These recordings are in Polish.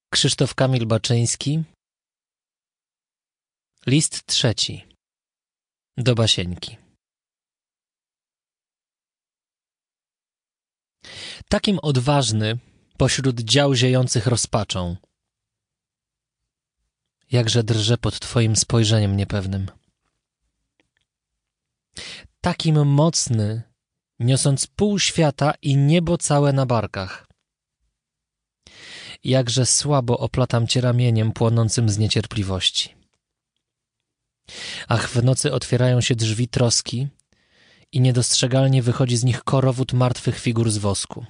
Krzysztof Kamil Baczyński. List 3 do Basieńki. Takim odważny pośród dział ziejących rozpaczą, jakże drże pod twoim spojrzeniem niepewnym. Takim mocny, niosąc pół świata i niebo całe na barkach. Jakże słabo oplatam cię ramieniem płonącym z niecierpliwości. Ach, w nocy otwierają się drzwi troski i niedostrzegalnie wychodzi z nich korowód martwych figur z wosku.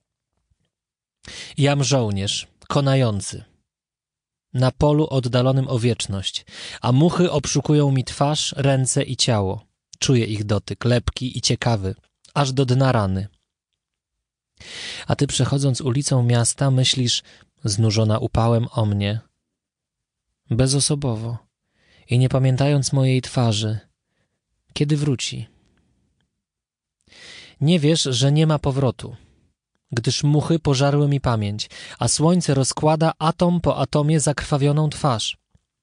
Jam żołnierz, konający, na polu oddalonym o wieczność, a muchy obszukują mi twarz, ręce i ciało. Czuję ich dotyk, lepki i ciekawy, aż do dna rany. A ty, przechodząc ulicą miasta, myślisz, znużona upałem o mnie, bezosobowo i nie pamiętając mojej twarzy, kiedy wróci. Nie wiesz, że nie ma powrotu, gdyż muchy pożarły mi pamięć, a słońce rozkłada atom po atomie zakrwawioną twarz.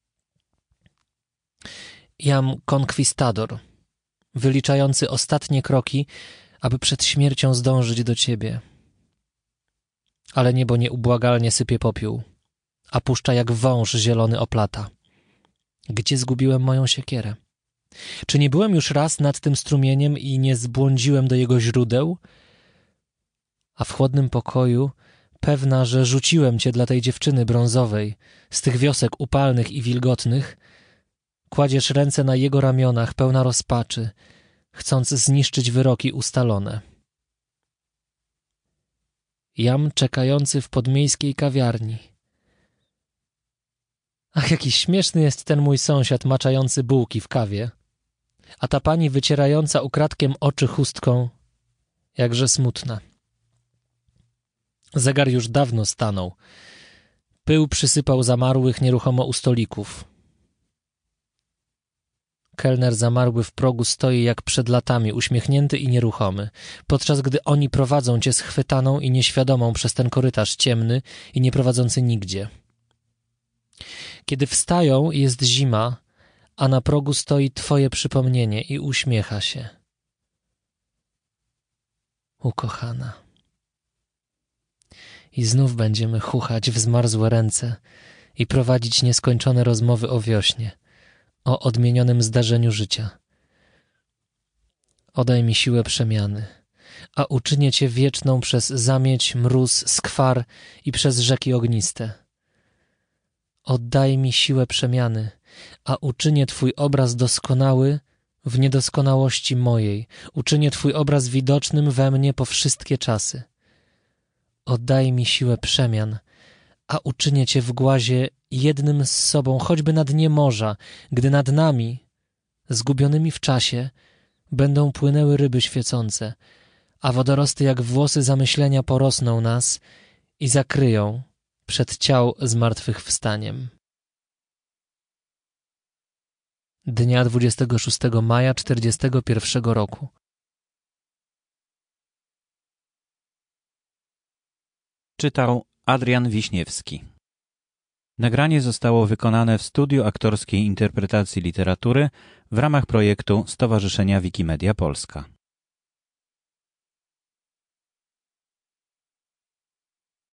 Jam konkwistador, wyliczający ostatnie kroki, aby przed śmiercią zdążyć do ciebie. Ale niebo nieubłagalnie sypie popiół, a puszcza jak wąż zielony oplata. Gdzie zgubiłem moją siekierę? Czy nie byłem już raz nad tym strumieniem i nie zbłądziłem do jego źródeł? A w chłodnym pokoju, pewna, że rzuciłem cię dla tej dziewczyny brązowej, z tych wiosek upalnych i wilgotnych, kładziesz ręce na jego ramionach, pełna rozpaczy, chcąc zniszczyć wyroki ustalone. Jam czekający w podmiejskiej kawiarni. Ach, jaki śmieszny jest ten mój sąsiad maczający bułki w kawie, a ta pani wycierająca ukradkiem oczy chustką, jakże smutna. Zegar już dawno stanął. Pył przysypał zamarłych nieruchomo u stolików. Kelner zamarły w progu stoi jak przed latami, uśmiechnięty i nieruchomy, podczas gdy oni prowadzą cię schwytaną i nieświadomą przez ten korytarz ciemny i nie prowadzący nigdzie. Kiedy wstają, jest zima, a na progu stoi twoje przypomnienie i uśmiecha się. Ukochana. I znów będziemy chuchać w zmarzłe ręce i prowadzić nieskończone rozmowy o wiośnie, o odmienionym zdarzeniu życia. Odaj mi siłę przemiany, a uczynię cię wieczną przez zamieć, mróz, skwar i przez rzeki ogniste. Oddaj mi siłę przemiany, a uczynię twój obraz doskonały w niedoskonałości mojej, uczynię twój obraz widocznym we mnie po wszystkie czasy. Oddaj mi siłę przemian, a uczynię cię w głazie jednym z sobą, choćby na dnie morza, gdy nad nami, zgubionymi w czasie, będą płynęły ryby świecące, a wodorosty jak włosy zamyślenia porosną nas i zakryją przed ciał zmartwychwstaniem. Dnia 26 maja 1941 roku. Czytał Adrian Wiśniewski. Nagranie zostało wykonane w studiu aktorskiej interpretacji literatury w ramach projektu Stowarzyszenia Wikimedia Polska.